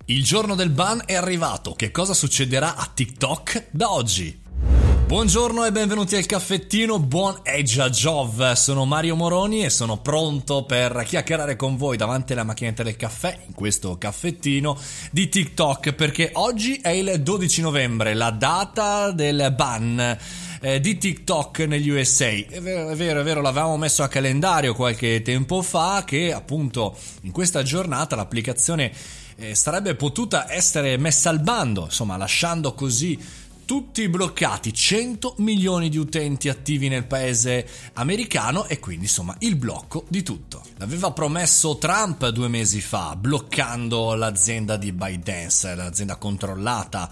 Il giorno del ban è arrivato. Che cosa succederà a TikTok da oggi? Buongiorno e benvenuti al caffettino, buon Eggia Giov, sono Mario Moroni e sono pronto per chiacchierare con voi davanti alla macchinetta del caffè, in questo caffettino di TikTok, perché oggi è il 12 novembre, la data del ban di TikTok negli USA. È vero, l'avevamo messo a calendario qualche tempo fa che appunto in questa giornata l'applicazione sarebbe potuta essere messa al bando, insomma lasciando così tutti bloccati, 100 milioni di utenti attivi nel paese americano e quindi insomma il blocco di tutto. L'aveva promesso Trump 2 mesi fa, bloccando l'azienda di ByteDance, l'azienda controllata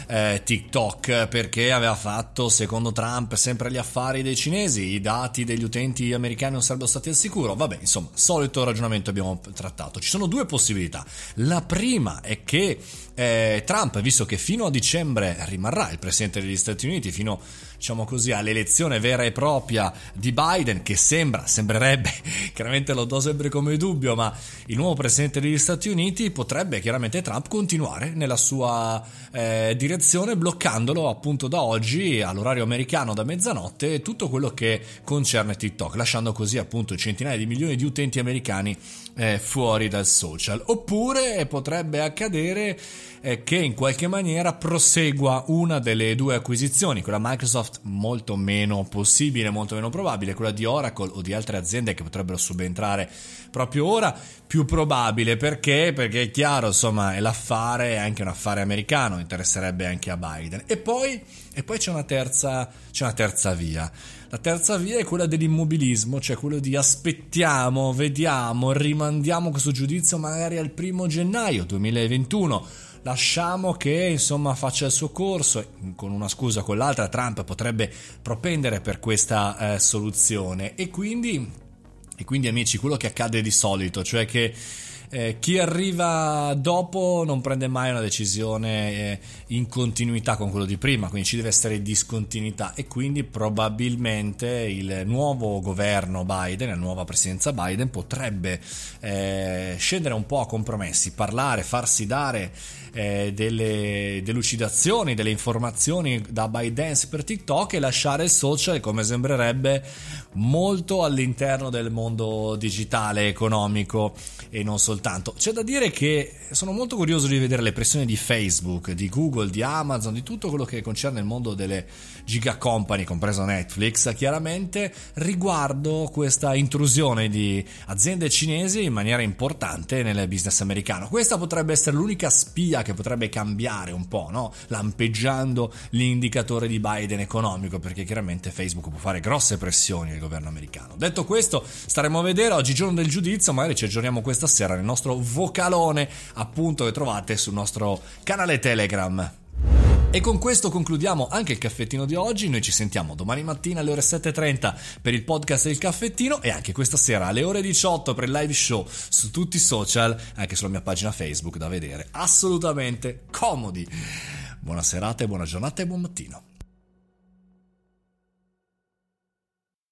TikTok, perché aveva fatto, secondo Trump, sempre gli affari dei cinesi, i dati degli utenti americani non sarebbero stati al sicuro. Vabbè, insomma, solito ragionamento abbiamo trattato. Ci sono 2 possibilità. La prima è che Trump, visto che fino a dicembre rimarrà il presidente degli Stati Uniti, fino, diciamo così, all'elezione vera e propria di Biden, che sembrerebbe, chiaramente lo do sempre come dubbio, ma il nuovo presidente degli Stati Uniti, potrebbe chiaramente Trump continuare nella sua direzione, bloccandolo appunto da oggi all'orario americano da mezzanotte tutto quello che concerne TikTok, lasciando così appunto centinaia di milioni di utenti americani fuori dal social. Oppure potrebbe accadere che in qualche maniera prosegua una delle 2 acquisizioni, quella Microsoft molto meno possibile, molto meno probabile, quella di Oracle o di altre aziende che potrebbero subentrare proprio ora, più probabile. Perché è chiaro, insomma, è anche un affare americano, interesserebbe anche a Biden. E poi c'è una terza via. La terza via è quella dell'immobilismo, cioè quello di aspettiamo, vediamo, rimandiamo questo giudizio magari al 1 gennaio 2021. Lasciamo che insomma faccia il suo corso, con una scusa o con l'altra Trump potrebbe propendere per questa soluzione. E quindi amici, quello che accade di solito, cioè che chi arriva dopo non prende mai una decisione in continuità con quello di prima, quindi ci deve essere discontinuità, e quindi probabilmente il nuovo governo Biden, la nuova presidenza Biden potrebbe scendere un po' a compromessi, parlare, farsi dare delle delucidazioni, delle informazioni da ByteDance per TikTok e lasciare il social, come sembrerebbe, molto all'interno del mondo digitale, economico e non soltanto. C'è da dire che sono molto curioso di vedere le pressioni di Facebook, di Google, di Amazon, di tutto quello che concerne il mondo delle giga company, compreso Netflix, chiaramente, riguardo questa intrusione di aziende cinesi in maniera importante nel business americano. Questa potrebbe essere l'unica spia che potrebbe cambiare un po', no? Lampeggiando l'indicatore di Biden economico, perché chiaramente Facebook può fare grosse pressioni al governo americano. Detto questo, staremo a vedere. Oggi giorno del giudizio, magari ci aggiorniamo questa sera nel nostro vocalone, appunto, che trovate sul nostro canale Telegram. E con questo concludiamo anche il caffettino di oggi. Noi ci sentiamo domani mattina alle ore 7:30 per il podcast del caffettino, e anche questa sera alle ore 18 per il live show su tutti i social, anche sulla mia pagina Facebook, da vedere assolutamente comodi. Buona serata e buona giornata e buon mattino.